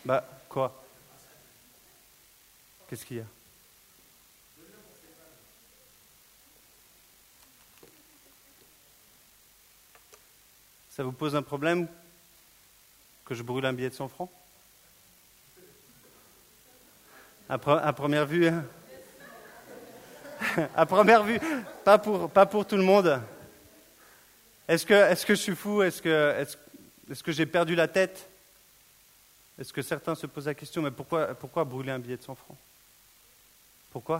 Quoi? Qu'est-ce qu'il y a? Ça vous pose un problème que je brûle un billet de 100 francs? À première vue, hein? À première vue, pas pour tout le monde. Est-ce que je suis fou? Est-ce que j'ai perdu la tête? Est-ce que certains se posent la question, mais pourquoi brûler un billet de 100 francs? Pourquoi?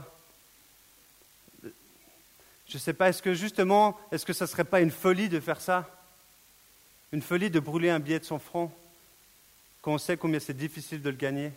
Je ne sais pas, est-ce que ça ne serait pas une folie de faire ça? Une folie de brûler un billet de 100 francs quand on sait combien c'est difficile de le gagner?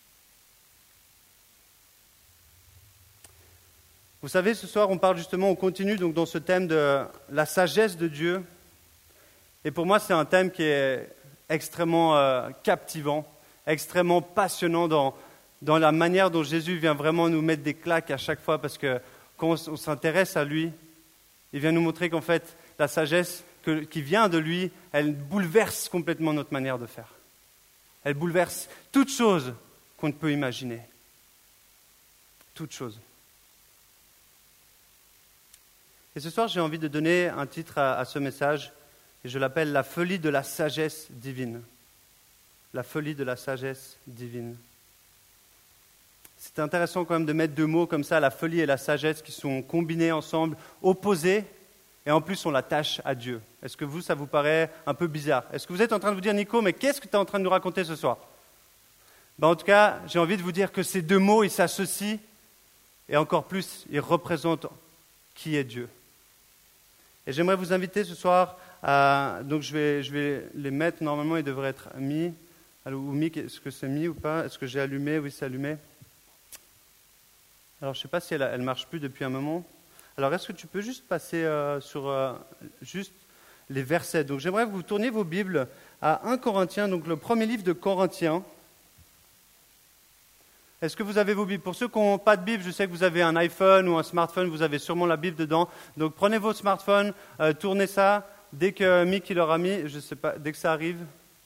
Vous savez, ce soir, on continue donc dans ce thème de la sagesse de Dieu. Et pour moi, c'est un thème qui est extrêmement captivant, extrêmement passionnant dans la manière dont Jésus vient vraiment nous mettre des claques à chaque fois, parce que quand on s'intéresse à lui, il vient nous montrer qu'en fait, la sagesse qui vient de lui, elle bouleverse complètement notre manière de faire. Elle bouleverse toute chose qu'on ne peut imaginer. Toute chose. Et ce soir, j'ai envie de donner un titre à ce message, et je l'appelle « La folie de la sagesse divine ». La folie de la sagesse divine. C'est intéressant quand même de mettre deux mots comme ça, la folie et la sagesse, qui sont combinés ensemble, opposés, et en plus on l'attache à Dieu. Est-ce que ça vous paraît un peu bizarre? Est-ce que vous êtes en train de vous dire, Nico, mais qu'est-ce que tu es en train de nous raconter ce soir? En tout cas, j'ai envie de vous dire que ces deux mots, ils s'associent, et encore plus, ils représentent qui est Dieu. Et j'aimerais vous inviter ce soir donc je vais les mettre, normalement ils devraient être mis. Alors, est-ce que c'est mis ou pas? Est-ce que j'ai allumé? Oui, c'est allumé. Alors je ne sais pas si elle ne marche plus depuis un moment. Alors est-ce que tu peux juste passer sur juste les versets? Donc j'aimerais que vous tourniez vos Bibles à 1 Corinthiens, donc le premier livre de Corinthiens. Est-ce que vous avez vos Bibles? Pour ceux qui n'ont pas de Bible, je sais que vous avez un iPhone ou un smartphone, vous avez sûrement la Bible dedans. Donc prenez vos smartphones, tournez ça. Dès que Mick l'aura mis, je sais pas, dès que ça arrive,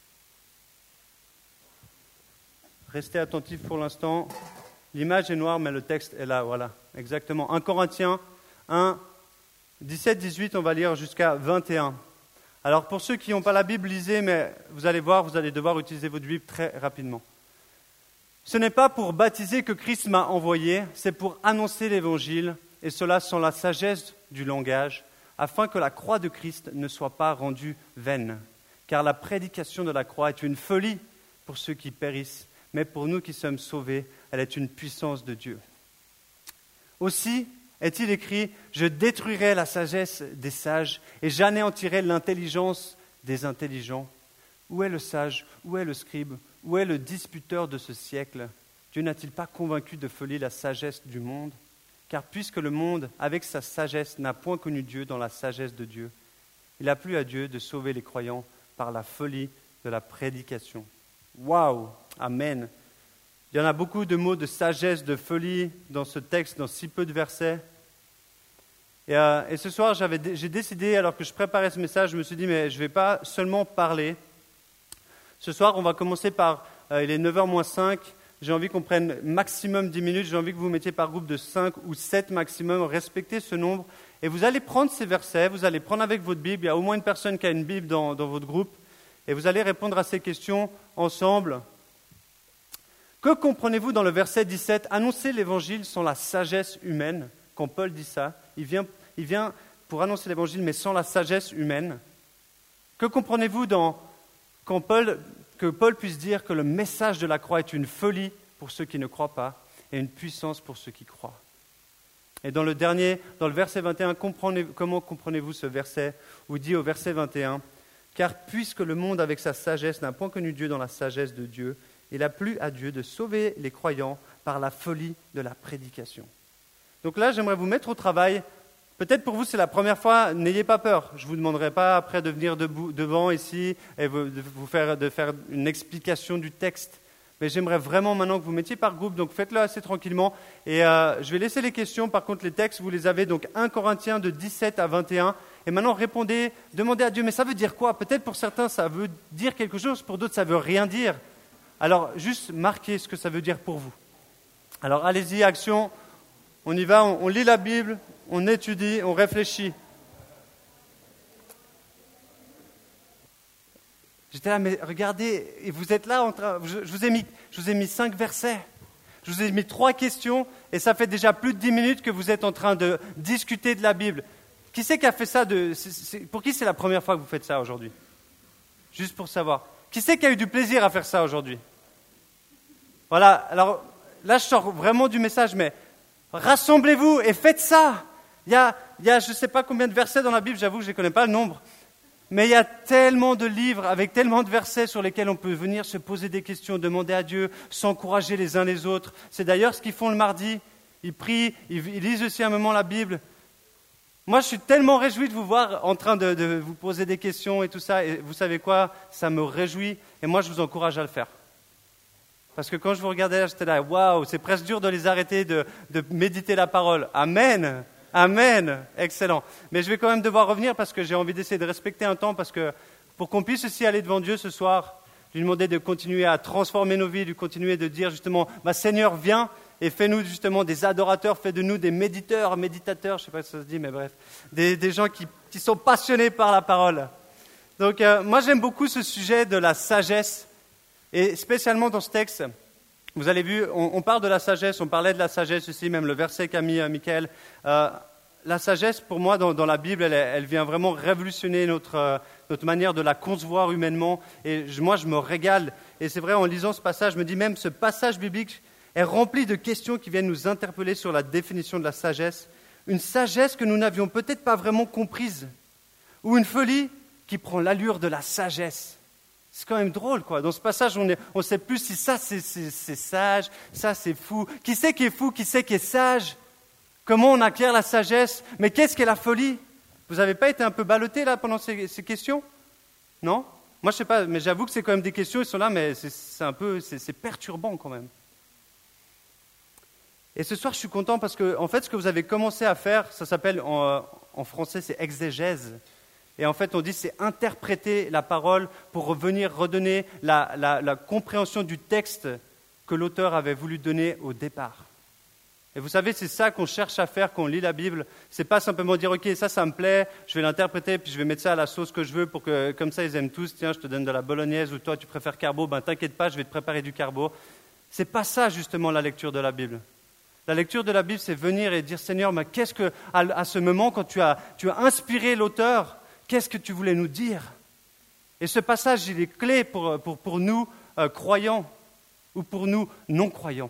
restez attentifs pour l'instant. L'image est noire, mais le texte est là, voilà, exactement. 1 Corinthiens 1, 17-18, on va lire jusqu'à 21. Alors pour ceux qui n'ont pas la Bible, lisez, mais vous allez voir, vous allez devoir utiliser votre Bible très rapidement. Ce n'est pas pour baptiser que Christ m'a envoyé, c'est pour annoncer l'Évangile, et cela sans la sagesse du langage, afin que la croix de Christ ne soit pas rendue vaine. Car la prédication de la croix est une folie pour ceux qui périssent, mais pour nous qui sommes sauvés, elle est une puissance de Dieu. Aussi est-il écrit, « Je détruirai la sagesse des sages et j'anéantirai l'intelligence des intelligents. » Où est le sage? Où est le scribe? Où est le disputeur de ce siècle? Dieu n'a-t-il pas convaincu de folie la sagesse du monde? Car puisque le monde, avec sa sagesse, n'a point connu Dieu dans la sagesse de Dieu, il a plu à Dieu de sauver les croyants par la folie de la prédication. Waouh! Amen! Il y en a beaucoup de mots de sagesse, de folie dans ce texte, dans si peu de versets. Et ce soir, j'ai décidé, alors que je préparais ce message, je me suis dit, mais je ne vais pas seulement parler. Ce soir, on va commencer par, il est 9h moins 5, j'ai envie qu'on prenne maximum 10 minutes, j'ai envie que vous vous mettiez par groupe de 5 ou 7 maximum, respectez ce nombre, et vous allez prendre ces versets, vous allez prendre avec votre Bible, il y a au moins une personne qui a une Bible dans votre groupe, et vous allez répondre à ces questions ensemble. Que comprenez-vous dans le verset 17? Annoncer l'évangile sans la sagesse humaine. Quand Paul dit ça, il vient pour annoncer l'évangile, mais sans la sagesse humaine. Que comprenez-vous que Paul puisse dire que le message de la croix est une folie pour ceux qui ne croient pas et une puissance pour ceux qui croient? Et dans le verset 21, comment comprenez-vous ce verset où il dit au verset 21, « Car puisque le monde avec sa sagesse n'a point connu Dieu dans la sagesse de Dieu, il a plu à Dieu de sauver les croyants par la folie de la prédication. » Donc là, j'aimerais vous mettre au travail. Peut-être pour vous, c'est la première fois, n'ayez pas peur. Je ne vous demanderai pas après de venir devant ici et de faire une explication du texte. Mais j'aimerais vraiment maintenant que vous mettiez par groupe, donc faites-le assez tranquillement. Et je vais laisser les questions, par contre les textes, vous les avez, donc 1 Corinthiens de 17 à 21. Et maintenant répondez, demandez à Dieu, mais ça veut dire quoi? Peut-être pour certains ça veut dire quelque chose, pour d'autres ça ne veut rien dire. Alors, juste marquez ce que ça veut dire pour vous. Alors, allez-y, action. On y va, on lit la Bible, on étudie, on réfléchit. J'étais là, mais regardez, et vous êtes là, je vous ai mis 5 versets. Je vous ai mis 3 questions, et ça fait déjà plus de 10 minutes que vous êtes en train de discuter de la Bible. Qui c'est qui a fait ça pour qui c'est la première fois que vous faites ça aujourd'hui? Juste pour savoir. Qui c'est qui a eu du plaisir à faire ça aujourd'hui? Voilà, alors là je sors vraiment du message, mais rassemblez-vous et faites ça. Il y a je ne sais pas combien de versets dans la Bible, j'avoue que je ne connais pas le nombre, mais il y a tellement de livres avec tellement de versets sur lesquels on peut venir se poser des questions, demander à Dieu, s'encourager les uns les autres. C'est d'ailleurs ce qu'ils font le mardi. Ils prient, ils lisent aussi un moment la Bible. Moi, je suis tellement réjoui de vous voir en train de vous poser des questions et tout ça. Et vous savez quoi? Ça me réjouit. Et moi, je vous encourage à le faire. Parce que quand je vous regardais là, j'étais là, waouh, c'est presque dur de les arrêter de méditer la parole. Amen. Amen. Excellent. Mais je vais quand même devoir revenir parce que j'ai envie d'essayer de respecter un temps. Parce que pour qu'on puisse aussi aller devant Dieu ce soir, lui demander de continuer à transformer nos vies, de continuer de dire justement, Seigneur, viens. Et fais-nous justement des adorateurs, fais de nous des méditateurs, je ne sais pas si ça se dit, mais bref, des gens qui sont passionnés par la parole. Donc moi j'aime beaucoup ce sujet de la sagesse, et spécialement dans ce texte, vous avez vu, on parle de la sagesse, on parlait de la sagesse ici, même le verset qu'a mis Michael. La sagesse, pour moi, dans la Bible, elle vient vraiment révolutionner notre manière de la concevoir humainement, et moi je me régale, et c'est vrai, en lisant ce passage, je me dis même ce passage biblique est rempli de questions qui viennent nous interpeller sur la définition de la sagesse. Une sagesse que nous n'avions peut-être pas vraiment comprise. Ou une folie qui prend l'allure de la sagesse. C'est quand même drôle, quoi. Dans ce passage, on ne sait plus si ça c'est sage, ça c'est fou. Qui c'est qui est fou, qui c'est qui est sage? Comment on acquiert la sagesse? Mais qu'est-ce qu'est la folie? Vous n'avez pas été un peu ballotté là pendant ces questions? Non? Moi, je ne sais pas, mais j'avoue que c'est quand même des questions, ils sont là, mais c'est perturbant quand même. Et ce soir, je suis content parce que, en fait, ce que vous avez commencé à faire, ça s'appelle, en français, c'est exégèse. Et en fait, on dit c'est interpréter la parole pour venir redonner la compréhension du texte que l'auteur avait voulu donner au départ. Et vous savez, c'est ça qu'on cherche à faire quand on lit la Bible. C'est pas simplement dire, ok, ça me plaît, je vais l'interpréter, puis je vais mettre ça à la sauce que je veux pour que, comme ça, ils aiment tous. Tiens, je te donne de la bolognaise, ou toi, tu préfères carbo, t'inquiète pas, je vais te préparer du carbo. C'est pas ça, justement, la lecture de la Bible. La lecture de la Bible, c'est venir et dire, Seigneur, mais qu'est-ce que, à ce moment, quand tu as inspiré l'auteur, qu'est-ce que tu voulais nous dire? Et ce passage, il est clé pour nous croyants ou pour nous non-croyants.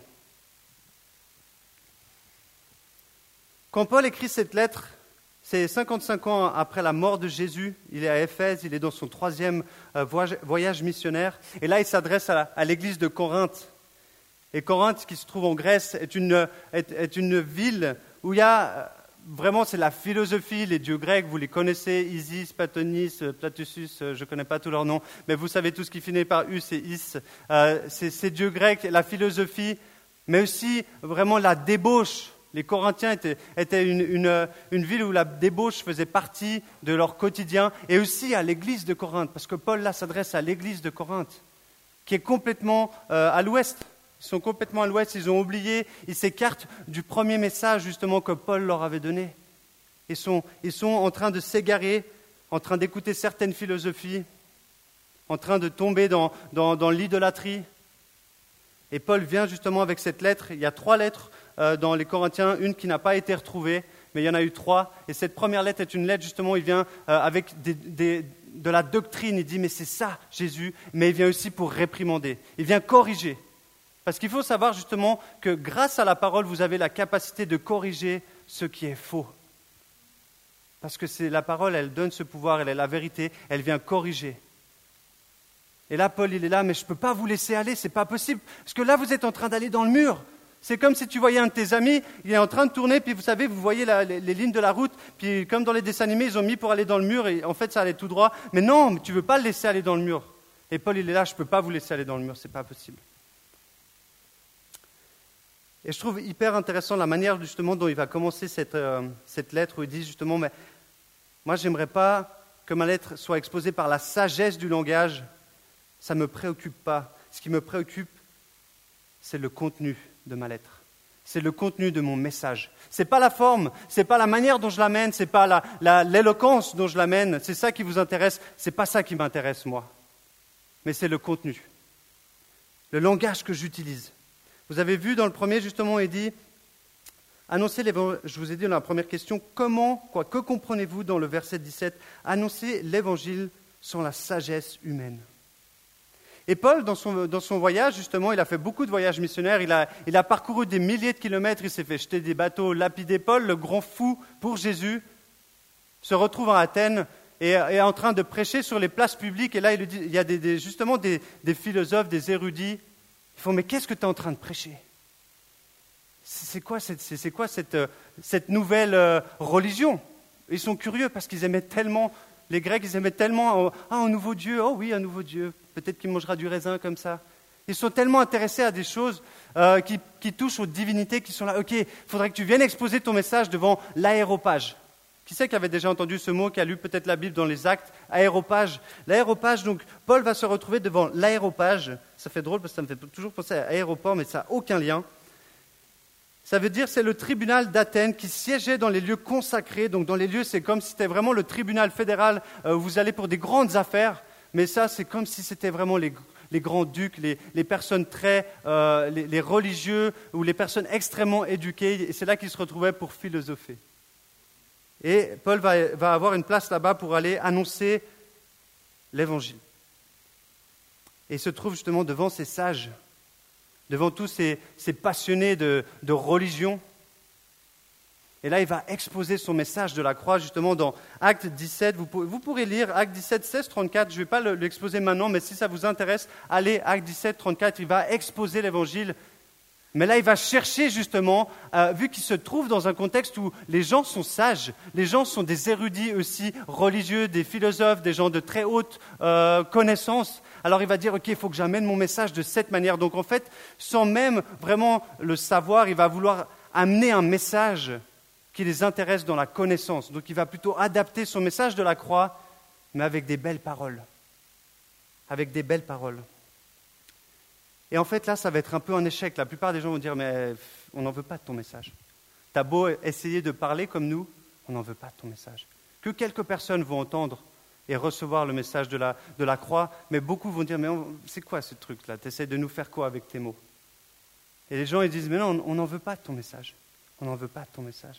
Quand Paul écrit cette lettre, c'est 55 ans après la mort de Jésus, il est à Éphèse, il est dans son 3e voyage missionnaire, et là il s'adresse à l'église de Corinthe. Et Corinthe, qui se trouve en Grèce, est une ville où il y a vraiment, c'est la philosophie, les dieux grecs, vous les connaissez, Isis, Patonis, Platusus, je ne connais pas tous leurs noms, mais vous savez tout ce qui finit par Us et Is. C'est ces dieux grecs, la philosophie, mais aussi vraiment la débauche. Les Corinthiens étaient une ville où la débauche faisait partie de leur quotidien, et aussi à l'église de Corinthe, parce que Paul là s'adresse à l'église de Corinthe, qui est complètement à l'ouest. Ils sont complètement à l'ouest, ils ont oublié, ils s'écartent du premier message justement que Paul leur avait donné. Ils sont en train de s'égarer, en train d'écouter certaines philosophies, en train de tomber dans l'idolâtrie. Et Paul vient justement avec cette lettre. Il y a 3 lettres dans les Corinthiens, une qui n'a pas été retrouvée, mais il y en a eu 3. Et cette première lettre est une lettre justement, il vient avec de la doctrine, il dit mais c'est ça Jésus, mais il vient aussi pour réprimander, il vient corriger. Parce qu'il faut savoir justement que grâce à la parole, vous avez la capacité de corriger ce qui est faux. Parce que c'est la parole, elle donne ce pouvoir, elle est la vérité, elle vient corriger. Et là, Paul, il est là, mais je ne peux pas vous laisser aller, c'est pas possible. Parce que là, vous êtes en train d'aller dans le mur. C'est comme si tu voyais un de tes amis, il est en train de tourner, puis vous savez, vous voyez les lignes de la route, puis comme dans les dessins animés, ils ont mis pour aller dans le mur, et en fait, ça allait tout droit. Mais non, tu ne veux pas le laisser aller dans le mur. Et Paul, il est là, je ne peux pas vous laisser aller dans le mur, c'est pas possible. Et je trouve hyper intéressant la manière justement dont il va commencer cette lettre où il dit justement, mais moi j'aimerais pas que ma lettre soit exposée par la sagesse du langage, ça ne me préoccupe pas. Ce qui me préoccupe, c'est le contenu de ma lettre. C'est le contenu de mon message. Ce n'est pas la forme, ce n'est pas la manière dont je l'amène, ce n'est pas l'éloquence dont je l'amène. C'est ça qui vous intéresse, ce n'est pas ça qui m'intéresse, moi. Mais c'est le contenu, le langage que j'utilise. Vous avez vu dans le premier, justement, il dit, annoncez l'évangile. Je vous ai dit dans la première question, que comprenez-vous dans le verset 17 ? Annoncer l'évangile sans la sagesse humaine. Et Paul, dans son voyage, justement, il a fait beaucoup de voyages missionnaires, il a parcouru des milliers de kilomètres, il s'est fait jeter des bateaux, lapider. Paul, le grand fou pour Jésus, se retrouve à Athènes et est en train de prêcher sur les places publiques. Et là, il y a justement des philosophes, des érudits. Ils font, mais qu'est-ce que tu es en train de prêcher ? C'est quoi cette nouvelle religion ? Ils sont curieux parce qu'ils aimaient tellement, les Grecs, ils aimaient tellement, un nouveau Dieu, oh oui, un nouveau Dieu. Peut-être qu'il mangera du raisin comme ça. Ils sont tellement intéressés à des choses qui touchent aux divinités, qui sont là. Ok, il faudrait que tu viennes exposer ton message devant l'aéropage. Qui c'est qui avait déjà entendu ce mot, qui a lu peut-être la Bible dans les Actes ? Aéropage. L'aéropage, donc Paul va se retrouver devant l'aéropage. Ça fait drôle parce que ça me fait toujours penser à aéroport, mais ça n'a aucun lien. Ça veut dire c'est le tribunal d'Athènes qui siégeait dans les lieux consacrés. Donc dans les lieux, c'est comme si c'était vraiment le tribunal fédéral où vous allez pour des grandes affaires. Mais ça, c'est comme si c'était vraiment les grands ducs, les personnes les religieux ou les personnes extrêmement éduquées. Et c'est là qu'ils se retrouvaient pour philosopher. Et Paul va avoir une place là-bas pour aller annoncer l'évangile. Et il se trouve justement devant ces sages, devant tous ces passionnés de religion. Et là, il va exposer son message de la croix, justement, dans Actes 17. Vous pourrez lire Actes 17, 16, 34. Je ne vais pas l'exposer maintenant, mais si ça vous intéresse, allez, Actes 17, 34. Il va exposer l'évangile. Mais là, il va chercher, justement, vu qu'il se trouve dans un contexte où les gens sont sages, les gens sont des érudits aussi, religieux, des philosophes, des gens de très haute connaissance. Alors il va dire, ok, il faut que j'amène mon message de cette manière. Donc en fait, sans même vraiment le savoir, il va vouloir amener un message qui les intéresse dans la connaissance. Donc il va plutôt adapter son message de la croix, mais avec des belles paroles. Avec des belles paroles. Et en fait, là, ça va être un peu un échec. La plupart des gens vont dire, mais on n'en veut pas de ton message. Tu as beau essayer de parler comme nous, on n'en veut pas de ton message. Que quelques personnes vont entendre et recevoir le message de la croix, mais beaucoup vont dire, mais c'est quoi ce truc-là ? Tu essaies de nous faire quoi avec tes mots ? Et les gens, ils disent, mais non, on n'en veut pas de ton message. On n'en veut pas de ton message.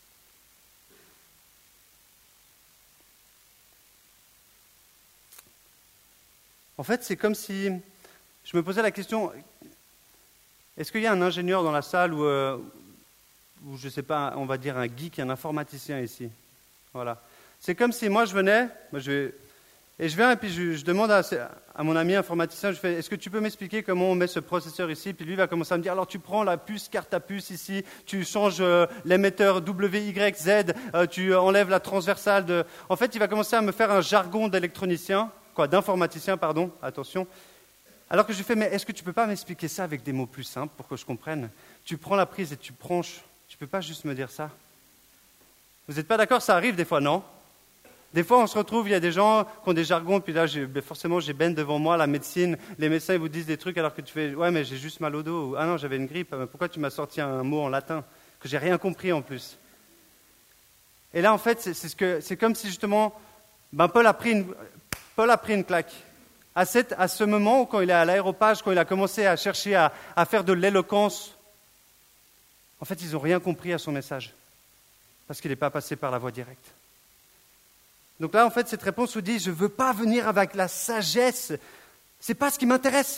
En fait, c'est comme si je me posais la question, est-ce qu'il y a un ingénieur dans la salle ou je ne sais pas, on va dire un geek, un informaticien ici ? Voilà. C'est comme si moi je venais, je viens et puis je demande à mon ami informaticien, je fais, est-ce que tu peux m'expliquer comment on met ce processeur ici ? Puis lui va commencer à me dire, alors tu prends la puce, carte à puce ici, tu changes l'émetteur WYZ, tu enlèves la transversale. En fait, il va commencer à me faire un jargon d'informaticien, attention. Alors que je fais, mais est-ce que tu ne peux pas m'expliquer ça avec des mots plus simples pour que je comprenne ? Tu prends la prise et tu branches, tu ne peux pas juste me dire ça ? Vous n'êtes pas d'accord ? Ça arrive des fois, non ? Des fois, on se retrouve, il y a des gens qui ont des jargons, puis là, forcément, j'ai Ben devant moi, la médecine, les médecins ils vous disent des trucs alors que tu fais, ouais, mais j'ai juste mal au dos, ou ah non, j'avais une grippe, pourquoi tu m'as sorti un mot en latin, que j'ai rien compris en plus ? Et là, en fait, c'est comme si justement, Paul a pris une claque. À ce moment où, quand il est à l'aéropage, quand il a commencé à chercher à faire de l'éloquence, en fait, ils n'ont rien compris à son message, parce qu'il n'est pas passé par la voie directe. Donc là, en fait, cette réponse vous dit, je ne veux pas venir avec la sagesse, ce n'est pas ce qui m'intéresse.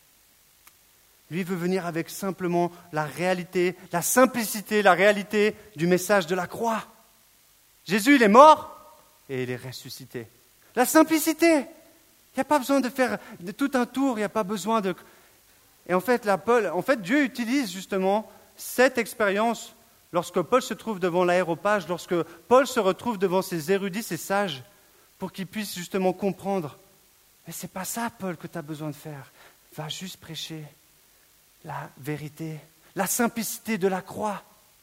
Lui veut venir avec simplement la réalité, la simplicité, la réalité du message de la croix. Jésus, il est mort et il est ressuscité. La simplicité. Il n'y a pas besoin de faire tout un tour, il n'y a pas besoin de... Et en fait, Dieu utilise justement cette expérience lorsque Paul se trouve devant l'aéropage, lorsque Paul se retrouve devant ces érudits, ces sages, pour qu'ils puissent justement comprendre. Mais ce n'est pas ça, Paul, que tu as besoin de faire. Va juste prêcher la vérité, la simplicité de la croix,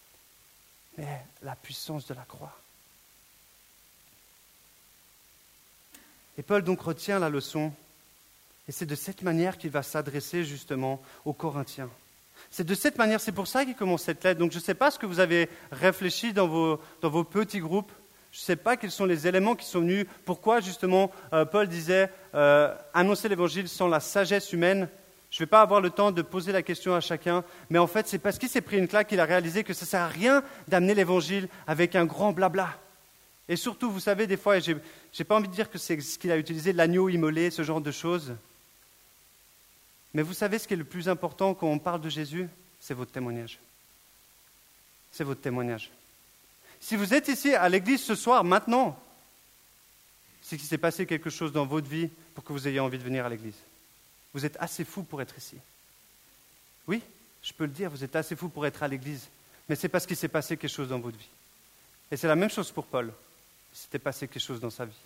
mais la puissance de la croix. Et Paul donc retient la leçon Et c'est de cette manière qu'il va s'adresser justement aux Corinthiens. C'est de cette manière, c'est pour ça qu'il commence cette lettre. Donc je ne sais pas ce que vous avez réfléchi dans vos petits groupes. Je ne sais pas quels sont les éléments qui sont venus. Pourquoi justement Paul disait annoncer l'évangile sans la sagesse humaine. Je ne vais pas avoir le temps de poser la question à chacun, mais en fait c'est parce qu'il s'est pris une claque qu'il a réalisé que ça ne sert à rien d'amener l'évangile avec un grand blabla. Et surtout, vous savez, des fois, et je n'ai pas envie de dire que c'est ce qu'il a utilisé, l'agneau immolé, ce genre de choses. Mais vous savez ce qui est le plus important quand on parle de Jésus? C'est votre témoignage. C'est votre témoignage. Si vous êtes ici à l'église ce soir, maintenant, c'est qu'il s'est passé quelque chose dans votre vie pour que vous ayez envie de venir à l'église. Vous êtes assez fou pour être ici. Oui, je peux le dire, vous êtes assez fou pour être à l'église. Mais c'est parce qu'il s'est passé quelque chose dans votre vie. Et c'est la même chose pour Paul. Il s'était passé quelque chose dans sa vie.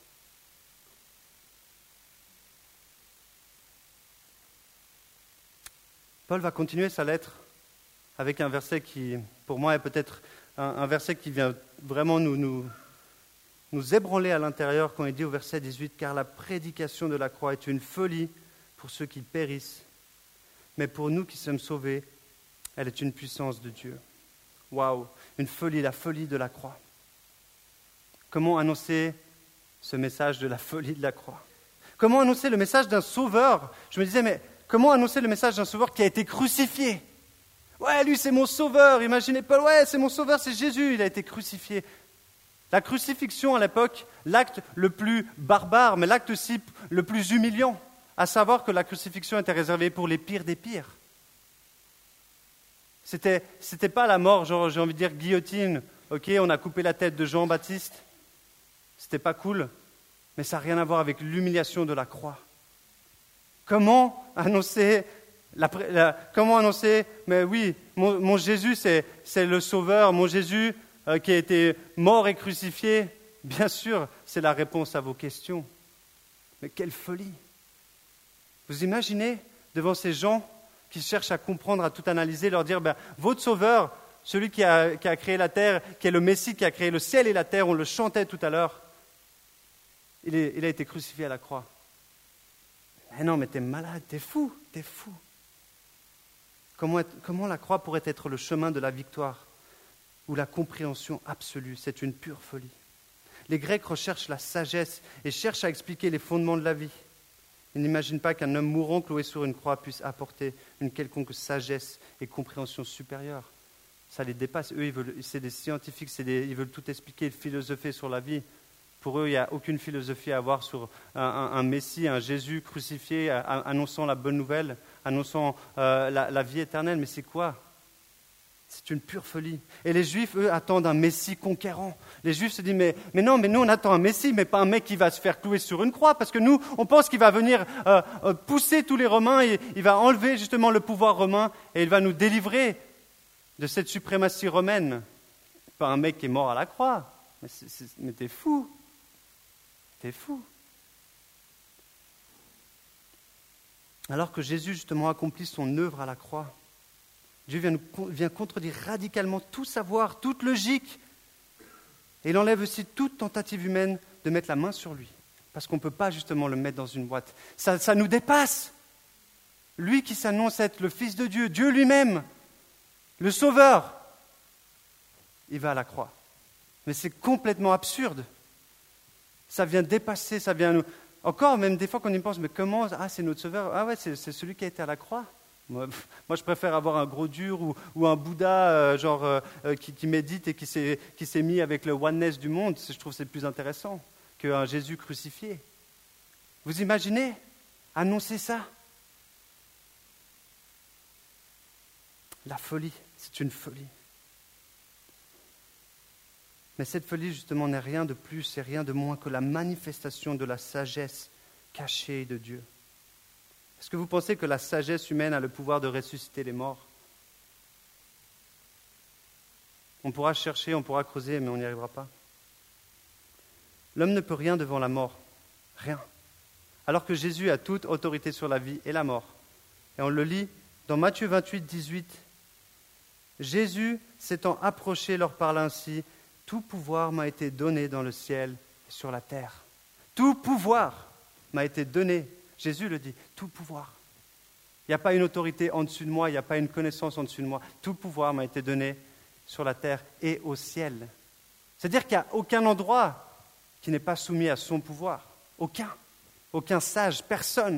Paul va continuer sa lettre avec un verset qui, pour moi, est peut-être un verset qui vient vraiment nous ébranler à l'intérieur quand il dit au verset 18 « Car la prédication de la croix est une folie pour ceux qui périssent, mais pour nous qui sommes sauvés, elle est une puissance de Dieu. » Waouh, une folie, la folie de la croix. Comment annoncer ce message de la folie de la croix? Comment annoncer le message d'un sauveur? Je me disais, mais comment annoncer le message d'un sauveur qui a été crucifié? Ouais, lui c'est mon sauveur, imaginez Paul, ouais c'est mon sauveur, c'est Jésus, il a été crucifié. La crucifixion à l'époque, l'acte le plus barbare, mais l'acte aussi le plus humiliant, à savoir que la crucifixion était réservée pour les pires des pires. C'était pas la mort, genre j'ai envie de dire guillotine, ok, on a coupé la tête de Jean-Baptiste, c'était pas cool, mais ça n'a rien à voir avec l'humiliation de la croix. Comment annoncer, mais oui, mon Jésus c'est le sauveur, mon Jésus qui a été mort et crucifié, bien sûr, c'est la réponse à vos questions. Mais quelle folie! Vous imaginez devant ces gens qui cherchent à comprendre, à tout analyser, leur dire, votre sauveur, celui qui a créé la terre, qui est le Messie, qui a créé le ciel et la terre, on le chantait tout à l'heure, il a été crucifié à la croix. Mais non, mais t'es malade, t'es fou. Comment la croix pourrait être le chemin de la victoire ou la compréhension absolue? C'est une pure folie. Les Grecs recherchent la sagesse et cherchent à expliquer les fondements de la vie. Ils n'imaginent pas qu'un homme mourant cloué sur une croix puisse apporter une quelconque sagesse et compréhension supérieure. Ça les dépasse. Eux, c'est des scientifiques, ils veulent tout expliquer, philosopher sur la vie. Pour eux, il n'y a aucune philosophie à avoir sur un Messie, un Jésus crucifié, annonçant la bonne nouvelle, annonçant la vie éternelle. Mais c'est quoi? C'est une pure folie. Et les Juifs, eux, attendent un Messie conquérant. Les Juifs se disent, mais non, mais nous, on attend un Messie, mais pas un mec qui va se faire clouer sur une croix, parce que nous, on pense qu'il va venir pousser tous les Romains, et il va enlever justement le pouvoir romain, et il va nous délivrer de cette suprématie romaine. Pas un mec qui est mort à la croix. Mais t'es fou. T'es fou. Alors que Jésus, justement, accomplit son œuvre à la croix, Dieu vient contredire radicalement tout savoir, toute logique. Et il enlève aussi toute tentative humaine de mettre la main sur lui. Parce qu'on ne peut pas justement le mettre dans une boîte. Ça nous dépasse. Lui qui s'annonce être le Fils de Dieu, Dieu lui-même, le Sauveur, il va à la croix. Mais c'est complètement absurde. Ça vient dépasser, ça vient nous... Encore, même des fois qu'on y pense, mais comment? Ah, c'est notre Sauveur. Ah ouais, c'est celui qui a été à la croix. Moi, je préfère avoir un gros dur ou un Bouddha qui médite et qui s'est mis avec le oneness du monde. Je trouve que c'est plus intéressant qu'un Jésus crucifié. Vous imaginez annoncer ça? La folie, c'est une folie. Mais cette folie, justement, n'est rien de plus et rien de moins que la manifestation de la sagesse cachée de Dieu. Est-ce que vous pensez que la sagesse humaine a le pouvoir de ressusciter les morts? On pourra chercher, on pourra creuser, mais on n'y arrivera pas. L'homme ne peut rien devant la mort. Rien. Alors que Jésus a toute autorité sur la vie et la mort. Et on le lit dans Matthieu 28, 18. Jésus, s'étant approché, leur parla ainsi. Tout pouvoir m'a été donné dans le ciel et sur la terre. Tout pouvoir m'a été donné. Jésus le dit, tout pouvoir. Il n'y a pas une autorité en dessus de moi, il n'y a pas une connaissance en dessus de moi. Tout pouvoir m'a été donné sur la terre et au ciel. C'est-à-dire qu'il n'y a aucun endroit qui n'est pas soumis à son pouvoir. Aucun sage, personne.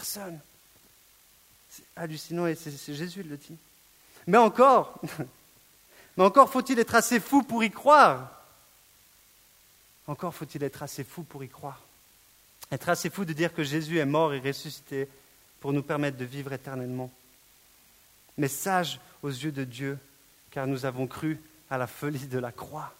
C'est hallucinant et c'est Jésus qui le dit. Mais encore faut-il être assez fou pour y croire. Encore faut-il être assez fou pour y croire. Être assez fou de dire que Jésus est mort et ressuscité pour nous permettre de vivre éternellement. Mais sage aux yeux de Dieu, car nous avons cru à la folie de la croix.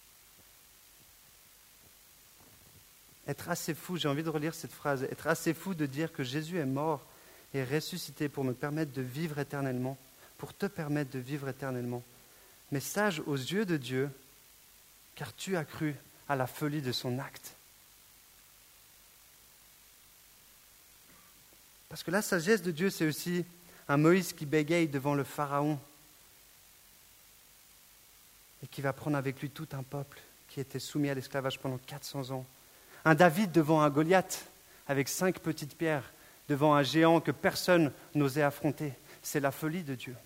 Être assez fou, j'ai envie de relire cette phrase, être assez fou de dire que Jésus est mort et ressuscité pour me permettre de vivre éternellement, pour te permettre de vivre éternellement. Mais sage aux yeux de Dieu, car tu as cru à la folie de son acte. Parce que la sagesse de Dieu, c'est aussi un Moïse qui bégaye devant le Pharaon et qui va prendre avec lui tout un peuple qui était soumis à l'esclavage pendant 400 ans. Un David devant un Goliath avec 5 petites pierres, devant un géant que personne n'osait affronter. C'est la folie de Dieu.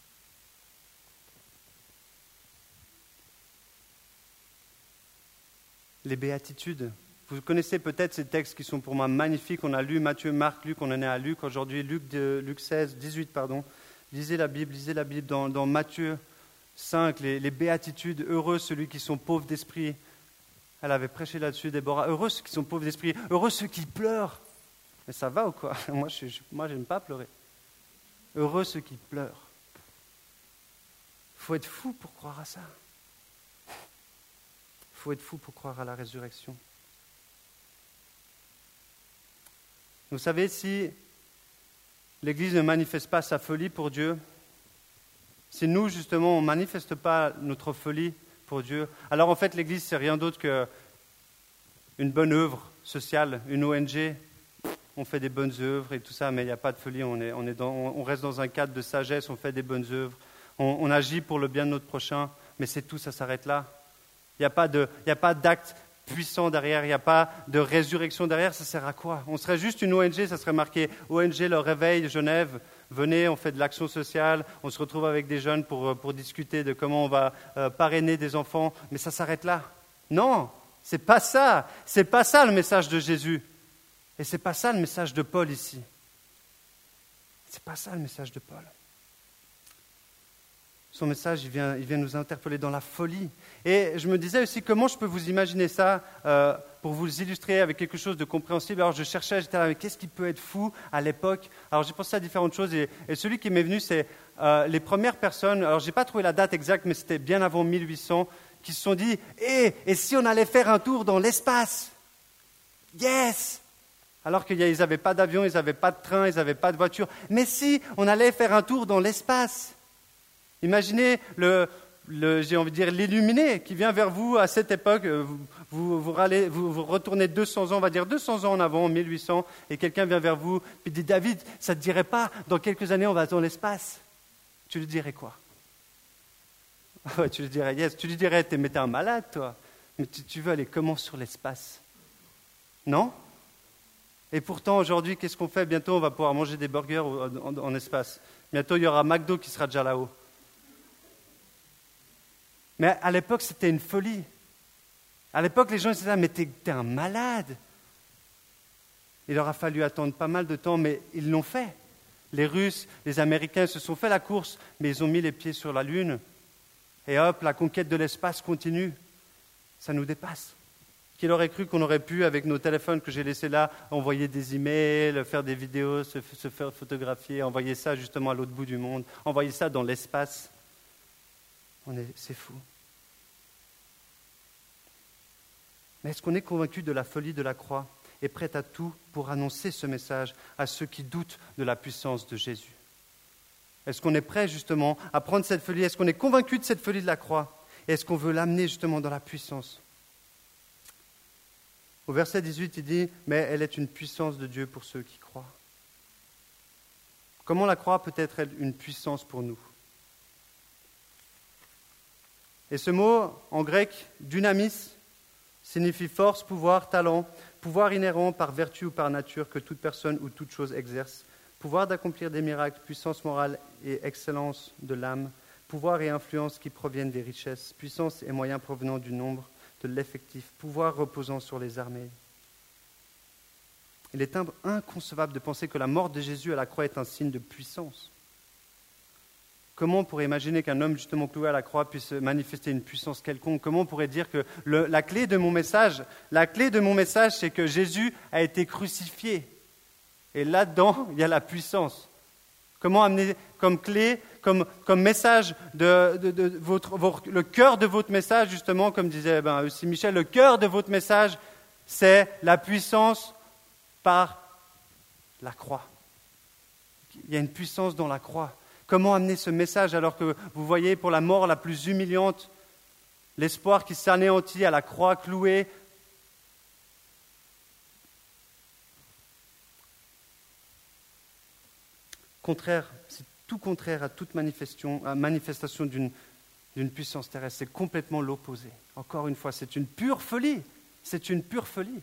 Les béatitudes. Vous connaissez peut-être ces textes qui sont pour moi magnifiques. On a lu Matthieu, Marc, Luc, on en est à Luc aujourd'hui, Luc 16, 18, pardon. Lisez la Bible dans Matthieu 5, les béatitudes. Heureux ceux qui sont pauvres d'esprit. Elle avait prêché là-dessus, Déborah. Heureux ceux qui sont pauvres d'esprit. Heureux ceux qui pleurent. Mais ça va ou quoi? Moi, j'aime pas pleurer. Heureux ceux qui pleurent. Il faut être fou pour croire à ça. Il faut être fou pour croire à la résurrection. Vous savez, si l'Église ne manifeste pas sa folie pour Dieu, si nous, justement, on ne manifeste pas notre folie pour Dieu, alors en fait, l'Église, c'est rien d'autre qu'une bonne œuvre sociale, une ONG. On fait des bonnes œuvres et tout ça, mais il n'y a pas de folie. On reste dans un cadre de sagesse, on fait des bonnes œuvres. On agit pour le bien de notre prochain, mais c'est tout, ça s'arrête là. Il n'y a pas d'acte puissant derrière, il n'y a pas de résurrection derrière, ça sert à quoi? On serait juste une ONG, ça serait marqué ONG Le Réveil Genève, venez, on fait de l'action sociale, on se retrouve avec des jeunes pour discuter de comment on va parrainer des enfants, mais ça s'arrête là. Non, c'est pas ça le message de Jésus. Et c'est pas ça le message de Paul ici. C'est pas ça le message de Paul. Son message, il vient nous interpeller dans la folie. Et je me disais aussi, comment je peux vous imaginer ça pour vous illustrer avec quelque chose de compréhensible. Alors je cherchais, j'étais là, mais qu'est-ce qui peut être fou à l'époque? Alors j'ai pensé à différentes choses et celui qui m'est venu, c'est les premières personnes, alors je n'ai pas trouvé la date exacte, mais c'était bien avant 1800, qui se sont dit, et si on allait faire un tour dans l'espace? Yes! Alors qu'ils n'avaient pas d'avion, ils n'avaient pas de train, ils n'avaient pas de voiture. Mais si on allait faire un tour dans l'espace? Imaginez j'ai envie de dire l'illuminé qui vient vers vous à cette époque. Vous retournez 200 ans, on va dire 200 ans en avant, 1800, et quelqu'un vient vers vous et dit, David, ça ne te dirait pas, dans quelques années on va dans l'espace? Tu lui dirais quoi? Ouais, tu lui dirais yes. Tu lui dirais, mais t'es un malade toi. Mais tu veux aller comment sur l'espace? Non? Et pourtant aujourd'hui, qu'est-ce qu'on fait? Bientôt on va pouvoir manger des burgers en espace. Bientôt il y aura McDo qui sera déjà là-haut. Mais à l'époque, c'était une folie. À l'époque, les gens disaient, mais t'es un malade. Il leur a fallu attendre pas mal de temps, mais ils l'ont fait. Les Russes, les Américains se sont fait la course, mais ils ont mis les pieds sur la Lune. Et hop, la conquête de l'espace continue. Ça nous dépasse. Qui aurait cru qu'on aurait pu, avec nos téléphones que j'ai laissés là, envoyer des emails, faire des vidéos, se faire photographier, envoyer ça justement à l'autre bout du monde, envoyer ça dans l'espace. C'est fou. Mais est-ce qu'on est convaincu de la folie de la croix et prêt à tout pour annoncer ce message à ceux qui doutent de la puissance de Jésus? Est-ce qu'on est prêt justement à prendre cette folie? Est-ce qu'on est convaincu de cette folie de la croix? Et est-ce qu'on veut l'amener justement dans la puissance? Au verset 18, il dit « Mais elle est une puissance de Dieu pour ceux qui croient. » Comment la croix peut être une puissance pour nous? Et ce mot, en grec, dynamis, signifie force, pouvoir, talent, pouvoir inhérent par vertu ou par nature que toute personne ou toute chose exerce, pouvoir d'accomplir des miracles, puissance morale et excellence de l'âme, pouvoir et influence qui proviennent des richesses, puissance et moyens provenant du nombre, de l'effectif, pouvoir reposant sur les armées. Il est inconcevable de penser que la mort de Jésus à la croix est un signe de puissance. Comment on pourrait imaginer qu'un homme justement cloué à la croix puisse manifester une puissance quelconque? Comment on pourrait dire que la clé de mon message, c'est que Jésus a été crucifié. Et là-dedans, il y a la puissance. Comment amener comme clé, comme message, le cœur de votre message, justement, comme disait aussi Michel, le cœur de votre message, c'est la puissance par la croix. Il y a une puissance dans la croix. Comment amener ce message alors que vous voyez pour la mort la plus humiliante, l'espoir qui s'anéantit à la croix clouée? C'est tout contraire à toute manifestation d'une puissance terrestre. C'est complètement l'opposé. Encore une fois, c'est une pure folie. C'est une pure folie.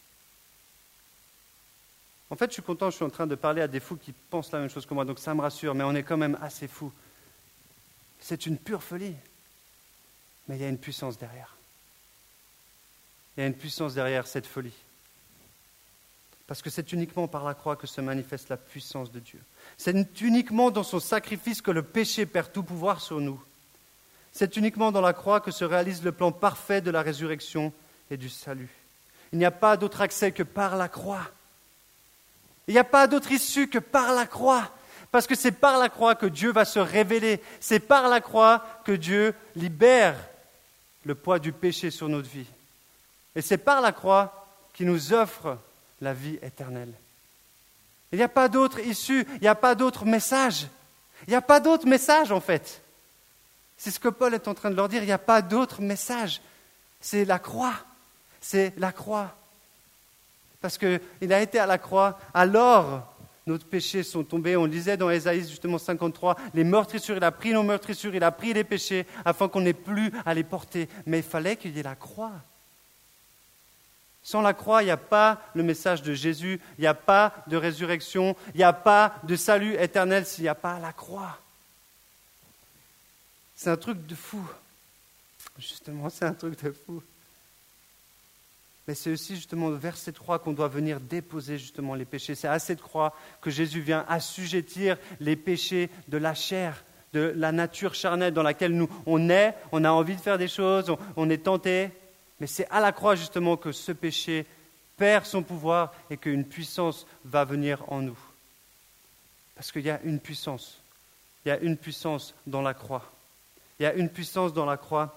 En fait, je suis content, je suis en train de parler à des fous qui pensent la même chose que moi, donc ça me rassure, mais on est quand même assez fous. C'est une pure folie. Mais il y a une puissance derrière. Il y a une puissance derrière cette folie. Parce que c'est uniquement par la croix que se manifeste la puissance de Dieu. C'est uniquement dans son sacrifice que le péché perd tout pouvoir sur nous. C'est uniquement dans la croix que se réalise le plan parfait de la résurrection et du salut. Il n'y a pas d'autre accès que par la croix. Il n'y a pas d'autre issue que par la croix. Parce que c'est par la croix que Dieu va se révéler. C'est par la croix que Dieu libère le poids du péché sur notre vie. Et c'est par la croix qu'il nous offre la vie éternelle. Il n'y a pas d'autre issue, il n'y a pas d'autre message. Il n'y a pas d'autre message en fait. C'est ce que Paul est en train de leur dire, il n'y a pas d'autre message. C'est la croix. C'est la croix. Parce qu'il a été à la croix, alors nos péchés sont tombés. On lisait dans Ésaïe justement 53, les meurtrissures, il a pris nos meurtrissures, il a pris les péchés, afin qu'on n'ait plus à les porter. Mais il fallait qu'il y ait la croix. Sans la croix, il n'y a pas le message de Jésus, il n'y a pas de résurrection, il n'y a pas de salut éternel s'il n'y a pas la croix. C'est un truc de fou. Justement, c'est un truc de fou. Mais c'est aussi justement vers cette croix qu'on doit venir déposer justement les péchés. C'est à cette croix que Jésus vient assujettir les péchés de la chair, de la nature charnelle dans laquelle nous on est, on a envie de faire des choses, on est tenté. Mais c'est à la croix justement que ce péché perd son pouvoir et qu'une puissance va venir en nous. Parce qu'il y a une puissance. Il y a une puissance dans la croix. Il y a une puissance dans la croix.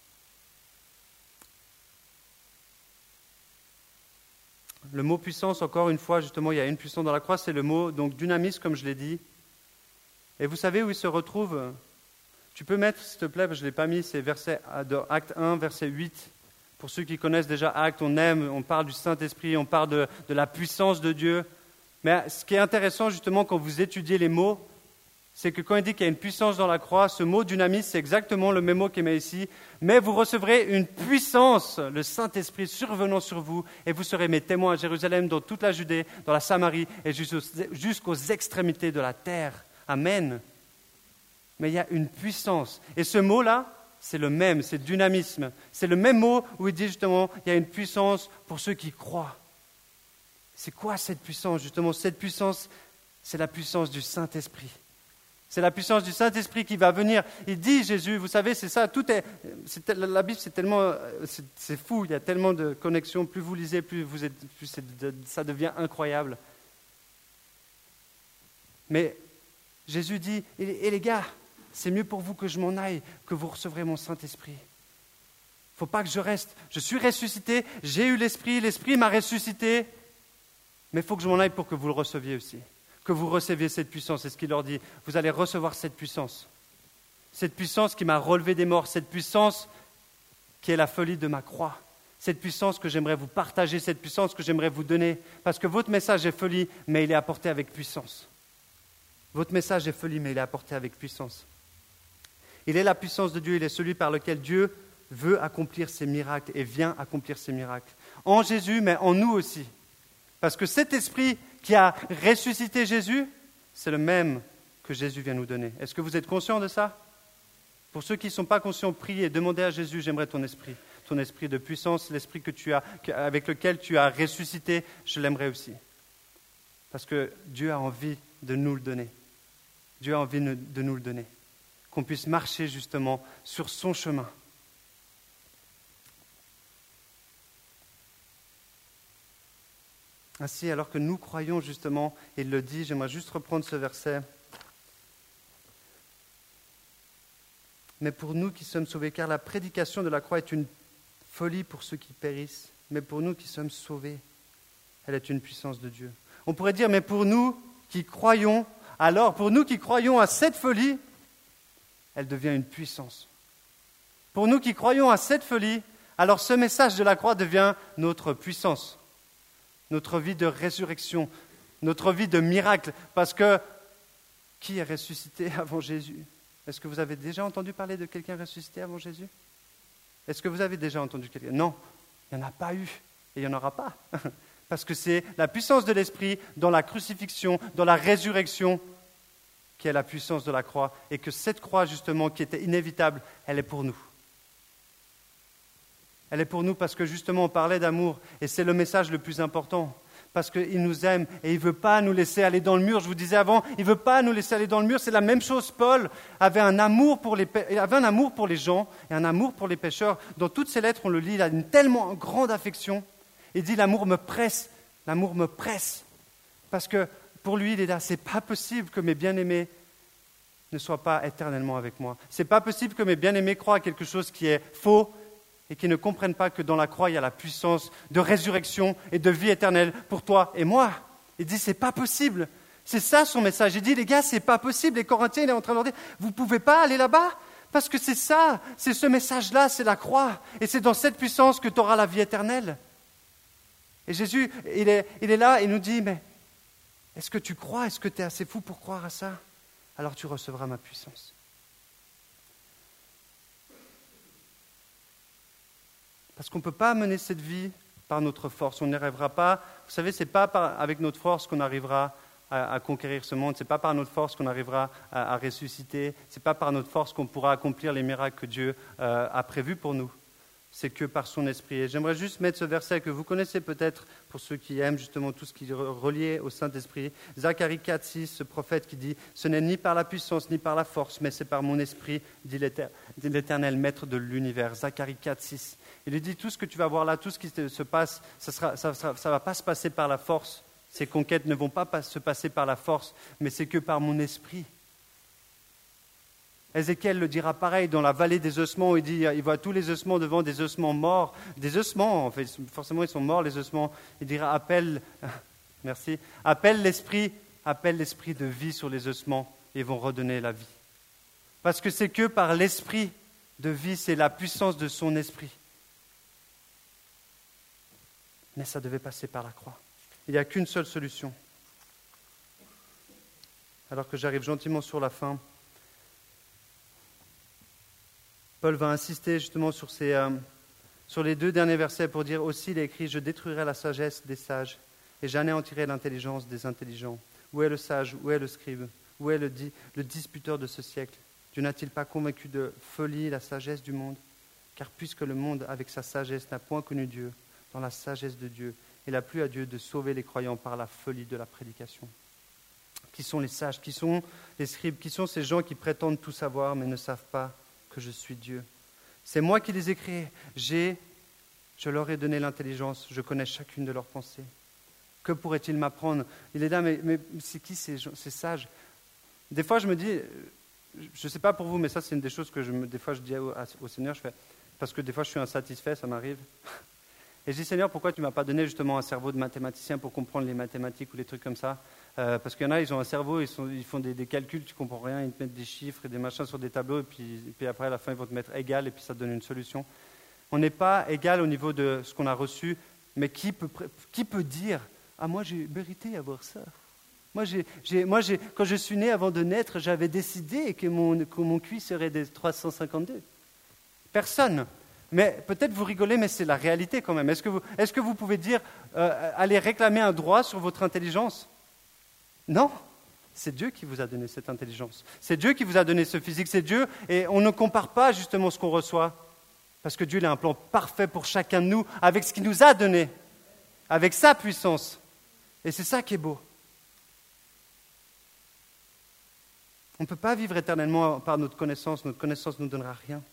Le mot puissance, encore une fois, justement, il y a une puissance dans la croix, c'est le mot donc dynamis, comme je l'ai dit. Et vous savez où il se retrouve? Tu peux mettre, s'il te plaît, je ne l'ai pas mis, c'est verset de Acte 1, verset 8. Pour ceux qui connaissent déjà Acte, on aime, on parle du Saint-Esprit, on parle de la puissance de Dieu. Mais ce qui est intéressant, justement, quand vous étudiez les mots, c'est que quand il dit qu'il y a une puissance dans la croix, ce mot dynamis, c'est exactement le même mot qu'il met ici. Mais vous recevrez une puissance, le Saint-Esprit survenant sur vous, et vous serez mes témoins à Jérusalem, dans toute la Judée, dans la Samarie, et jusqu'aux extrémités de la terre. Amen. Mais il y a une puissance. Et ce mot-là, c'est le même, c'est dynamisme. C'est le même mot où il dit justement, il y a une puissance pour ceux qui croient. C'est quoi cette puissance? Justement, cette puissance, c'est la puissance du Saint-Esprit. C'est la puissance du Saint-Esprit qui va venir. Il dit, Jésus, vous savez, c'est ça, la Bible, c'est tellement, c'est fou, il y a tellement de connexions. Plus vous lisez, plus ça devient incroyable. Mais Jésus dit, et les gars, c'est mieux pour vous que je m'en aille, que vous recevrez mon Saint-Esprit. Il ne faut pas que je reste. Je suis ressuscité, j'ai eu l'Esprit m'a ressuscité, mais il faut que je m'en aille pour que vous le receviez aussi. Que vous receviez cette puissance. C'est ce qu'il leur dit. Vous allez recevoir cette puissance. Cette puissance qui m'a relevé des morts. Cette puissance qui est la folie de ma croix. Cette puissance que j'aimerais vous partager. Cette puissance que j'aimerais vous donner. Parce que votre message est folie, mais il est apporté avec puissance. Votre message est folie, mais il est apporté avec puissance. Il est la puissance de Dieu. Il est celui par lequel Dieu veut accomplir ses miracles et vient accomplir ses miracles. En Jésus, mais en nous aussi. Parce que cet esprit qui a ressuscité Jésus, c'est le même que Jésus vient nous donner. Est-ce que vous êtes conscients de ça? Pour ceux qui ne sont pas conscients, priez, demandez à Jésus, j'aimerais ton esprit de puissance, l'esprit avec lequel tu as ressuscité, je l'aimerais aussi. Parce que Dieu a envie de nous le donner. Dieu a envie de nous le donner. Qu'on puisse marcher justement sur son chemin. Ainsi, alors que nous croyons justement, il le dit, j'aimerais juste reprendre ce verset. Mais pour nous qui sommes sauvés, car la prédication de la croix est une folie pour ceux qui périssent, mais pour nous qui sommes sauvés, elle est une puissance de Dieu. On pourrait dire, mais pour nous qui croyons, alors pour nous qui croyons à cette folie, elle devient une puissance. Pour nous qui croyons à cette folie, alors ce message de la croix devient notre puissance, notre vie de résurrection, notre vie de miracle, parce que qui est ressuscité avant Jésus? Est-ce que vous avez déjà entendu parler de quelqu'un ressuscité avant Jésus? Est-ce que vous avez déjà entendu quelqu'un? Non, il n'y en a pas eu et il n'y en aura pas. Parce que c'est la puissance de l'Esprit dans la crucifixion, dans la résurrection, qui est la puissance de la croix. Et que cette croix, justement, qui était inévitable, elle est pour nous. Elle est pour nous parce que, justement, on parlait d'amour. Et c'est le message le plus important. Parce qu'il nous aime et il ne veut pas nous laisser aller dans le mur. Je vous disais avant, il ne veut pas nous laisser aller dans le mur. C'est la même chose. Paul avait un amour pour les gens et un amour pour les pécheurs. Dans toutes ses lettres, on le lit, il a une tellement grande affection. Il dit, l'amour me presse. Parce que pour lui, il est là, c'est pas possible que mes bien-aimés ne soient pas éternellement avec moi. C'est pas possible que mes bien-aimés croient à quelque chose qui est faux et qui ne comprennent pas que dans la croix, il y a la puissance de résurrection et de vie éternelle pour toi et moi. Il dit, c'est pas possible. C'est ça son message. Il dit, les gars, c'est pas possible. Les Corinthiens, il est en train de leur dire, vous pouvez pas aller là-bas parce que c'est ça, c'est ce message-là, c'est la croix. Et c'est dans cette puissance que tu auras la vie éternelle. Et Jésus, il est là, il nous dit, mais est-ce que tu crois? Est-ce que tu es assez fou pour croire à ça? Alors tu recevras ma puissance. Parce qu'on ne peut pas mener cette vie par notre force. On n'y arrivera pas. Vous savez, ce n'est pas avec notre force qu'on arrivera à conquérir ce monde. Ce n'est pas par notre force qu'on arrivera à ressusciter. Ce n'est pas par notre force qu'on pourra accomplir les miracles que Dieu a prévus pour nous. C'est que par son esprit. Et j'aimerais juste mettre ce verset que vous connaissez peut-être pour ceux qui aiment justement tout ce qui est relié au Saint-Esprit. Zacharie 4, 6, ce prophète qui dit « Ce n'est ni par la puissance ni par la force, mais c'est par mon esprit, dit l'Éternel, maître de l'univers. » Zacharie 4, 6. Il lui dit tout ce que tu vas voir là, tout ce qui se passe, ça ne va pas se passer par la force. Ces conquêtes ne vont pas se passer par la force, mais c'est que par mon esprit. Ézéchiel le dira pareil dans la vallée des ossements, où il voit tous les ossements devant des ossements morts. Des ossements, en fait, forcément ils sont morts les ossements. Il dira appelle l'esprit de vie sur les ossements et ils vont redonner la vie. Parce que c'est que par l'esprit de vie, c'est la puissance de son esprit. Mais ça devait passer par la croix. Il n'y a qu'une seule solution. Alors que j'arrive gentiment sur la fin, Paul va insister justement sur les 2 derniers versets pour dire aussi, il est écrit, je détruirai la sagesse des sages et j'anéantirai l'intelligence des intelligents. Où est le sage? Où est le scribe? Où est le disputeur de ce siècle? Dieu n'a-t-il pas convaincu de folie la sagesse du monde? Car puisque le monde, avec sa sagesse, n'a point connu Dieu, dans la sagesse de Dieu, il a plu à Dieu de sauver les croyants par la folie de la prédication. Qui sont les sages? Qui sont les scribes? Qui sont ces gens qui prétendent tout savoir mais ne savent pas que je suis Dieu? C'est moi qui les ai créés. Je leur ai donné l'intelligence. Je connais chacune de leurs pensées. Que pourrait-il m'apprendre? Il est là, mais c'est qui ces sages? Des fois, je me dis, je ne sais pas pour vous, mais ça, c'est une des choses que des fois, je dis au Seigneur, parce que des fois, je suis insatisfait, ça m'arrive. Et je dis, Seigneur, pourquoi tu ne m'as pas donné justement un cerveau de mathématicien pour comprendre les mathématiques ou les trucs comme ça? Parce qu'il y en a, ils ont un cerveau, ils font des calculs, tu ne comprends rien, ils te mettent des chiffres et des machins sur des tableaux, et puis après, à la fin, ils vont te mettre égal, et puis ça te donne une solution. On n'est pas égal au niveau de ce qu'on a reçu, mais qui peut dire « Ah, moi, j'ai mérité avoir ça. Moi, quand je suis né, avant de naître, j'avais décidé que mon QI serait des 352. » Personne. Mais peut-être vous rigolez, mais c'est la réalité quand même. Est-ce que vous pouvez dire, aller réclamer un droit sur votre intelligence? Non, c'est Dieu qui vous a donné cette intelligence. C'est Dieu qui vous a donné ce physique, c'est Dieu. Et on ne compare pas justement ce qu'on reçoit. Parce que Dieu il a un plan parfait pour chacun de nous, avec ce qu'il nous a donné, avec sa puissance. Et c'est ça qui est beau. On ne peut pas vivre éternellement par notre connaissance ne nous donnera rien.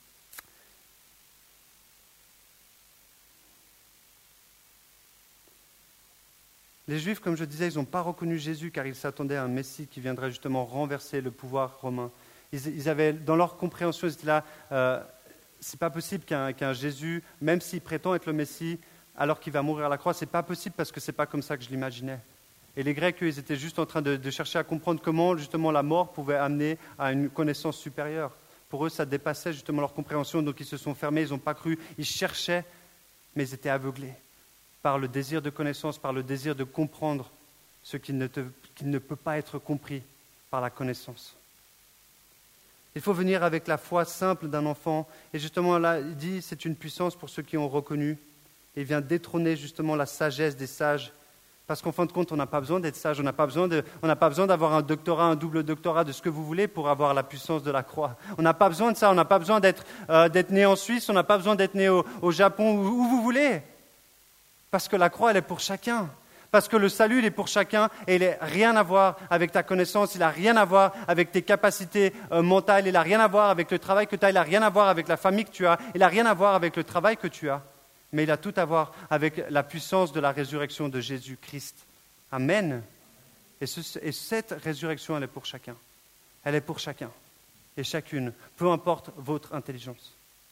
Les Juifs, comme je disais, ils n'ont pas reconnu Jésus car ils s'attendaient à un Messie qui viendrait justement renverser le pouvoir romain. Ils avaient, dans leur compréhension, ils étaient là, c'est pas possible qu'un Jésus, même s'il prétend être le Messie, alors qu'il va mourir à la croix, c'est pas possible parce que c'est pas comme ça que je l'imaginais. Et les Grecs, eux, ils étaient juste en train de chercher à comprendre comment justement la mort pouvait amener à une connaissance supérieure. Pour eux, ça dépassait justement leur compréhension, donc ils se sont fermés, ils n'ont pas cru, ils cherchaient, mais ils étaient aveuglés par le désir de connaissance, par le désir de comprendre ce qui ne peut pas être compris par la connaissance. Il faut venir avec la foi simple d'un enfant. Et justement là, il dit, c'est une puissance pour ceux qui ont reconnu. Et il vient détrôner justement la sagesse des sages. Parce qu'en fin de compte, on n'a pas besoin d'être sage, on n'a pas besoin d'avoir un doctorat, un double doctorat de ce que vous voulez pour avoir la puissance de la croix. On n'a pas besoin de ça, on n'a pas besoin d'être né en Suisse, on n'a pas besoin d'être né au Japon, où vous voulez. Parce que la croix, elle est pour chacun. Parce que le salut, il est pour chacun et il n'a rien à voir avec ta connaissance, il n'a rien à voir avec tes capacités mentales, il n'a rien à voir avec le travail que tu as, il n'a rien à voir avec la famille que tu as, il n'a rien à voir avec le travail que tu as, mais il a tout à voir avec la puissance de la résurrection de Jésus-Christ. Amen. Et cette résurrection, elle est pour chacun. Elle est pour chacun et chacune, peu importe votre intelligence.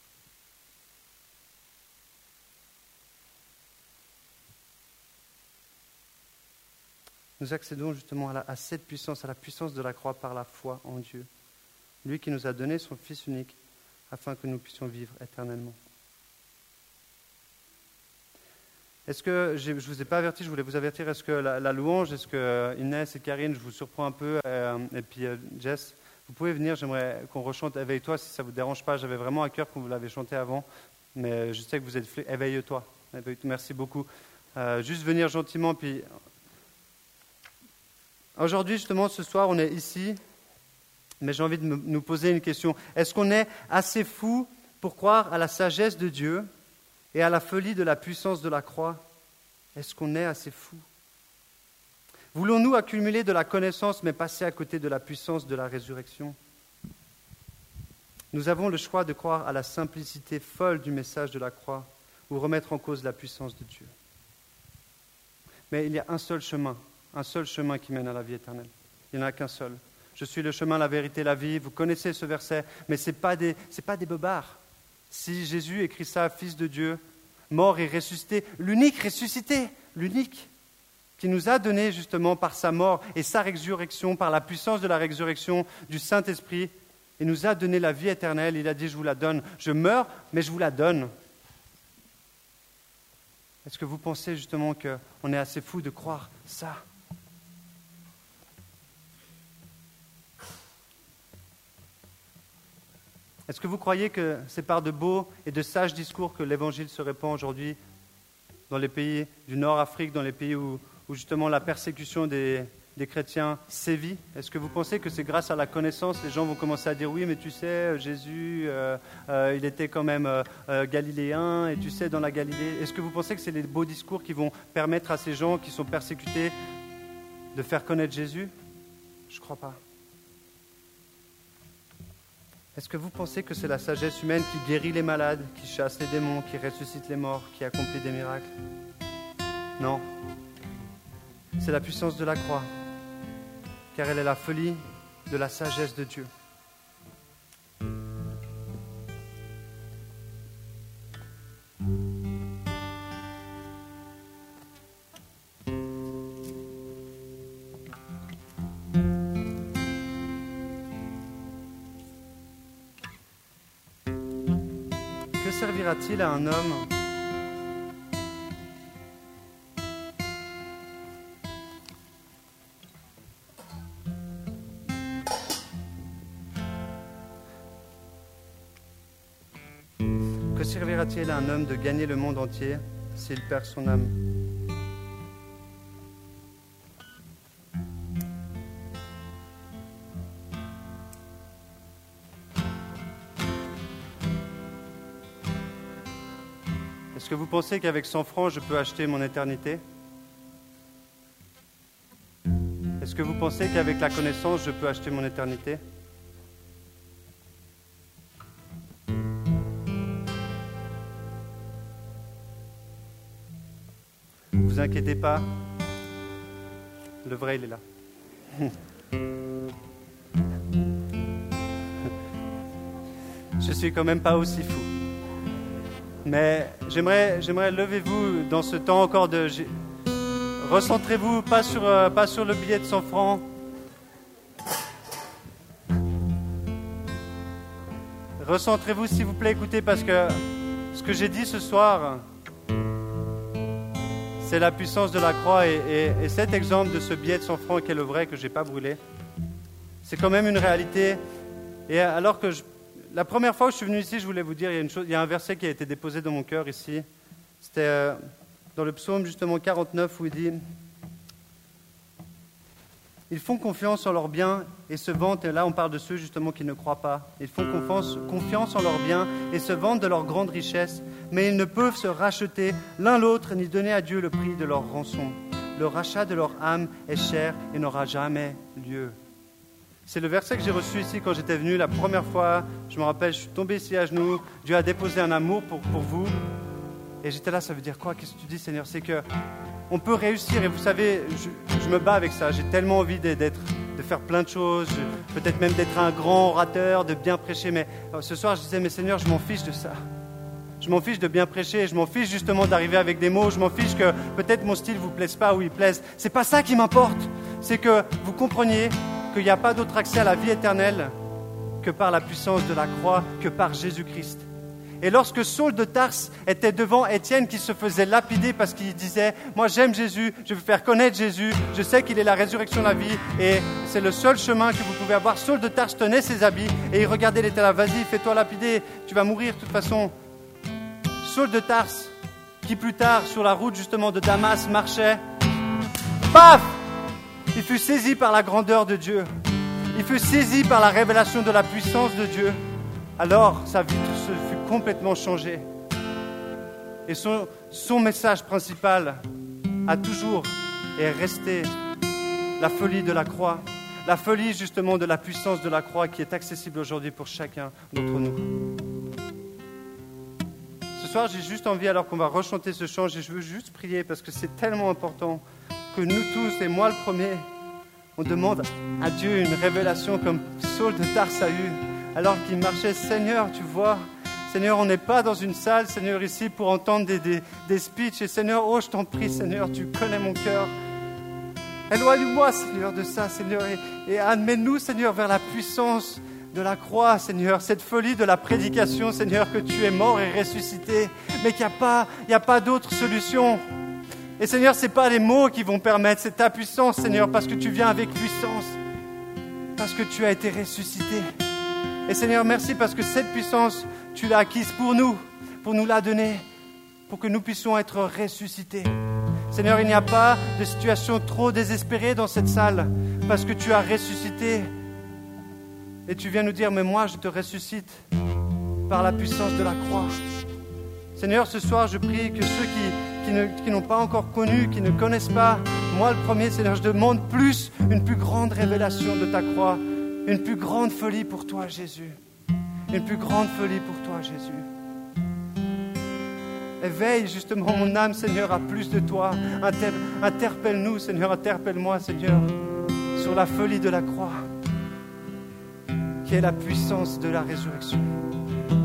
Nous accédons justement à cette puissance, à la puissance de la croix par la foi en Dieu. Lui qui nous a donné son Fils unique afin que nous puissions vivre éternellement. Est-ce que, je ne vous ai pas averti, je voulais vous avertir, est-ce que la louange, est-ce que Inès et Karine, je vous surprends un peu, et puis Jess, vous pouvez venir, j'aimerais qu'on rechante Éveille-toi si ça ne vous dérange pas, j'avais vraiment à cœur qu'on vous l'avait chanté avant, mais je sais que vous êtes Éveille-toi, merci beaucoup. Juste venir gentiment, puis... Aujourd'hui, justement, ce soir, on est ici, mais j'ai envie de nous poser une question. Est-ce qu'on est assez fou pour croire à la sagesse de Dieu et à la folie de la puissance de la croix? Est-ce qu'on est assez fou? Voulons-nous accumuler de la connaissance, mais passer à côté de la puissance de la résurrection? Nous avons le choix de croire à la simplicité folle du message de la croix ou remettre en cause la puissance de Dieu. Mais il y a un seul chemin qui mène à la vie éternelle. Il n'y en a qu'un seul. Je suis le chemin, la vérité, la vie. Vous connaissez ce verset, mais ce n'est pas des bobards. Si Jésus écrit ça, Fils de Dieu, mort et ressuscité, l'unique ressuscité, l'unique, qui nous a donné justement par sa mort et sa résurrection, par la puissance de la résurrection du Saint-Esprit, il nous a donné la vie éternelle. Il a dit, je vous la donne. Je meurs, mais je vous la donne. Est-ce que vous pensez justement qu'on est assez fou de croire ça? Est-ce que vous croyez que c'est par de beaux et de sages discours que l'Évangile se répand aujourd'hui dans les pays du Nord-Afrique, dans les pays où justement la persécution des chrétiens sévit? Est-ce que vous pensez que c'est grâce à la connaissance, les gens vont commencer à dire oui, mais tu sais, Jésus, il était quand même galiléen, et tu sais, dans la Galilée. Est-ce que vous pensez que c'est les beaux discours qui vont permettre à ces gens qui sont persécutés de faire connaître Jésus? Je ne crois pas. Est-ce que vous pensez que c'est la sagesse humaine qui guérit les malades, qui chasse les démons, qui ressuscite les morts, qui accomplit des miracles? Non. C'est la puissance de la croix, car elle est la folie de la sagesse de Dieu. Que servira-t-il à un homme servira-t-il à un homme de gagner le monde entier s'il perd son âme ? Est-ce que vous pensez qu'avec 100 francs, je peux acheter mon éternité ? Est-ce que vous pensez qu'avec la connaissance, je peux acheter mon éternité ? Ne vous inquiétez pas, le vrai, il est là. Je suis quand même pas aussi fou. Mais j'aimerais levez-vous dans ce temps encore de... Recentrez-vous pas sur le billet de 100 francs. Recentrez-vous s'il vous plaît, écoutez, parce que ce que j'ai dit ce soir, c'est la puissance de la croix et cet exemple de ce billet de 100 francs qui est le vrai, que je n'ai pas brûlé, c'est quand même une réalité. Et alors que la première fois où je suis venu ici, je voulais vous dire, il y a un verset qui a été déposé dans mon cœur ici. C'était dans le psaume justement 49 où il dit « Ils font confiance en leurs biens et se vantent », et là on parle de ceux justement qui ne croient pas. « Ils font confiance en leurs biens et se vantent de leur grande richesse, mais ils ne peuvent se racheter l'un l'autre ni donner à Dieu le prix de leur rançon. Le rachat de leur âme est cher et n'aura jamais lieu. » C'est le verset que j'ai reçu ici quand j'étais venu la première fois. Je me rappelle, je suis tombé ici à genoux. Dieu a déposé un amour pour vous. Et j'étais là, ça veut dire quoi ? Qu'est-ce que tu dis, Seigneur ? C'est qu'on peut réussir. Et vous savez, je me bats avec ça. J'ai tellement envie de faire plein de choses. Peut-être même d'être un grand orateur, de bien prêcher. Mais ce soir, je disais, mais Seigneur, je m'en fiche de ça. Je m'en fiche de bien prêcher. Je m'en fiche justement d'arriver avec des mots. Je m'en fiche que peut-être mon style ne vous plaise pas ou il plaise. C'est pas ça qui m'importe. C'est que vous compreniez qu'il n'y a pas d'autre accès à la vie éternelle que par la puissance de la croix, que par Jésus-Christ. Et lorsque Saul de Tarse était devant Étienne qui se faisait lapider parce qu'il disait « Moi j'aime Jésus, je veux faire connaître Jésus, je sais qu'il est la résurrection de la vie et c'est le seul chemin que vous pouvez avoir. » Saul de Tarse tenait ses habits et il regardait, il était là « Vas-y, fais-toi lapider, tu vas mourir de toute façon. » Saul de Tarse, qui plus tard sur la route justement de Damas marchait, paf ! Il fut saisi par la grandeur de Dieu. Il fut saisi par la révélation de la puissance de Dieu. Alors, sa vie se fut complètement changée. Et son message principal a toujours et resté la folie de la croix. La folie, justement, de la puissance de la croix qui est accessible aujourd'hui pour chacun d'entre nous. Ce soir, j'ai juste envie, alors qu'on va rechanter ce chant, je veux juste prier parce que c'est tellement important que nous tous, et moi le premier, on demande à Dieu une révélation comme Saul de Tarse a eu, alors qu'il marchait. Seigneur, tu vois, Seigneur, on n'est pas dans une salle, Seigneur, ici pour entendre des speeches. Et Seigneur, oh, je t'en prie, Seigneur, tu connais mon cœur. Éloigne-moi, Seigneur, de ça, Seigneur, et amène-nous, Seigneur, vers la puissance de la croix, Seigneur, cette folie de la prédication, Seigneur, que tu es mort et ressuscité, mais qu'il n'y a pas d'autre solution. Et Seigneur, ce n'est pas les mots qui vont permettre, c'est ta puissance, Seigneur, parce que tu viens avec puissance, parce que tu as été ressuscité. Et Seigneur, merci parce que cette puissance, tu l'as acquise pour nous la donner, pour que nous puissions être ressuscités. Seigneur, il n'y a pas de situation trop désespérée dans cette salle, parce que tu as ressuscité. Et tu viens nous dire, mais moi, je te ressuscite par la puissance de la croix. Seigneur, ce soir, je prie que ceux qui n'ont pas encore connu, qui ne connaissent pas, moi le premier, Seigneur, je demande une plus grande révélation de ta croix, une plus grande folie pour toi, Jésus. Une plus grande folie pour toi, Jésus. Éveille justement mon âme, Seigneur, à plus de toi. Interpelle-nous, Seigneur, interpelle-moi, Seigneur, sur la folie de la croix, qui est la puissance de la résurrection.